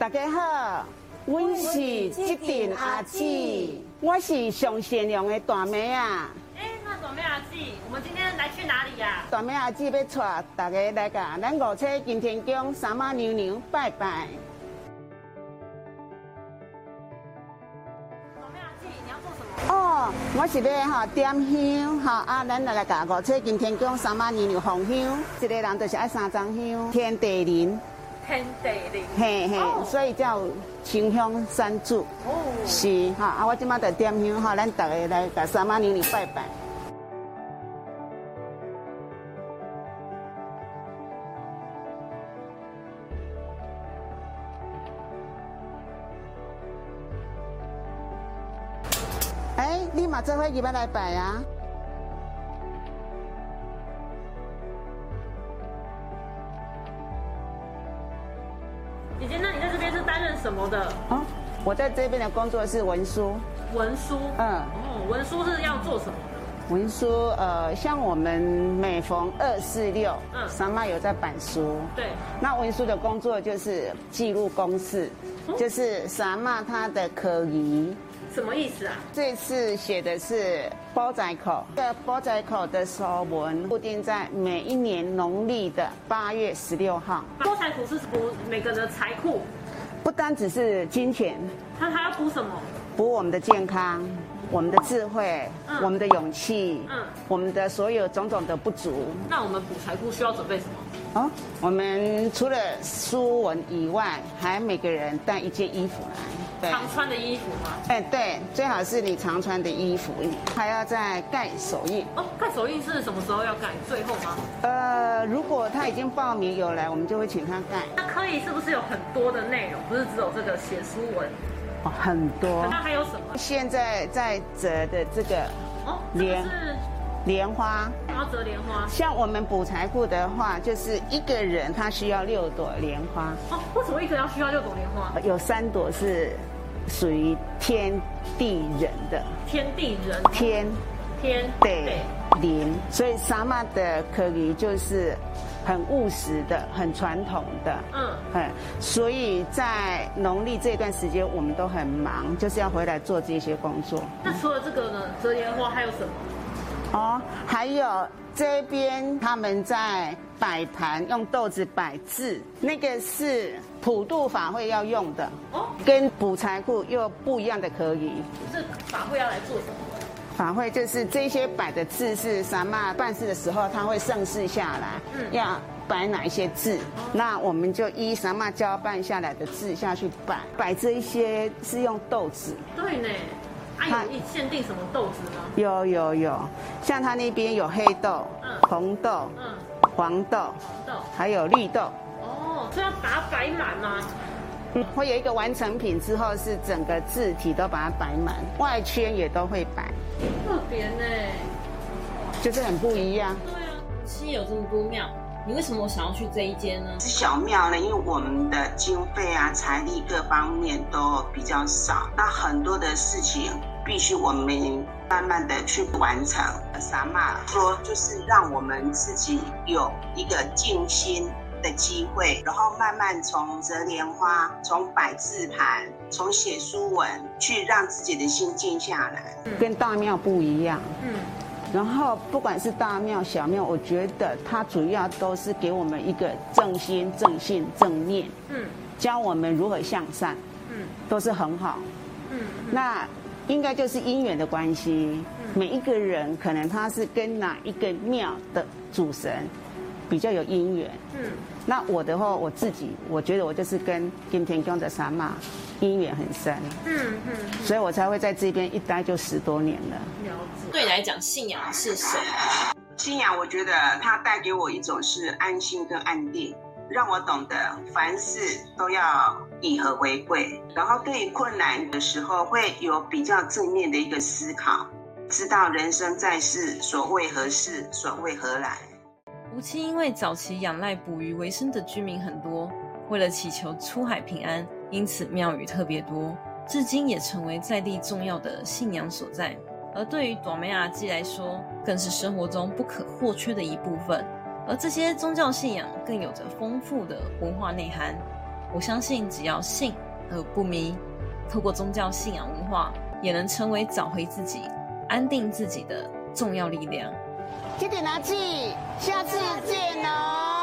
大家好，我是这阵阿姊，我是上善良的大妹啊。 那大妹阿姊，我们今天来去哪里呀？ 大妹阿姊要带大家来甲咱五车金天宫三妈娘娘拜拜。 大妹阿姊，你要做什么？ 哦，我是要点香咱来甲五车金天宫三妈娘娘奉香，一个人就是爱3张香，天地灵。 天地灵， 嘿嘿，所以叫清香三柱。哦，是我即马就点香咱大家来甲三妈娘娘拜拜。你嘛做伙入来拜啊？ 姐姐，那你在这边是担任什么的？ 我在这边的工作是文书。 文书？文书是要做什么的？ 文书像我们每逢2、4、6，三妈有在版书。 对。 那文书的工作就是记录公事，就是三妈她的科仪。 什么意思啊？ 这次写的是煲仔口，煲仔口的守文固定在每一年农历的8月16号。 煲仔口是补每个人的财库， 不单只是金钱， 它还要补什么？ 补我们的健康，我们的智慧，我们的勇气，我们的所有种种的不足。 那我们补财库需要准备什么？ 我们除了书文以外，还每个人带一件衣服来， 常穿的衣服吗？ 对，最好是你常穿的衣服，还要再盖手印。 盖手印是什么时候要盖？最后吗？ 如果他已经报名有来，我们就会请他盖。 那可以是不是有很多的内容？不是只有这个写书文？ 很多。 那还有什么？ 现在在折的这个莲花， 要折莲花。像我们补财库的话，就是一个人他需要6朵莲花。 为什么一个人要需要6朵莲花？ 有3朵是属于天地人的。 天地人。天对灵，所以三妈的科仪就是很务实的，很传统的。所以在农历这段时间，我们都很忙，就是要回来做这些工作。 那除了这个呢？折莲花还有什么？ 还有这边他们在摆盘，用豆子摆字，那个是普渡法会要用的。跟补财库又不一样的科仪。 这法会要来做什么？ 法会就是这些摆的字是三妈办事的时候，他会盛世下来，要摆哪一些字，那我们就依三妈交办下来的字下去摆。摆这一些是用豆子。对呢。有限定什么豆子吗？有，像他那边有黑豆、红豆、黄豆，还有绿豆。 所以要把它摆满吗？ 会有一个完成品之后，是整个字体都把它摆满，外圈也都会摆。 特别呢， 就是很不一样。 对啊，其实有这么多庙，你为什么想要去这一间呢？ 是小庙呢，因为我们的经费啊、财力各方面都比较少，那很多的事情必须我们慢慢的去完成。三妈说，就是让我们自己有一个静心的机会，然后慢慢从折莲花、从摆字盘、从写书文，去让自己的心静下来。跟大庙不一样。然后不管是大庙小庙，我觉得它主要都是给我们一个正心、正信、正念，教我们如何向善，都是很好。那应该就是因缘的关系，每一个人可能他是跟哪一个庙的主神比较有因缘。那我的话，我自己我觉得我就是跟金天宫的三妈因缘很深。所以我才会在这边一待就10多年了。 了解。对你来讲，信仰是什么？ 信仰，我觉得它带给我一种是安心跟安定，让我懂得凡事都要以和为贵，然后对于困难的时候会有比较正面的一个思考，知道人生在世所谓何事，所谓何来。 吴七因为早期仰赖捕鱼为生的居民很多，为了祈求出海平安，因此庙宇特别多，至今也成为在地重要的信仰所在。而对于大妹阿姊来说，更是生活中不可或缺的一部分。而这些宗教信仰更有着丰富的文化内涵。 我相信只要信而不迷，透过宗教信仰文化，也能成为找回自己、安定自己的重要力量。 记得拿去，下次见哦。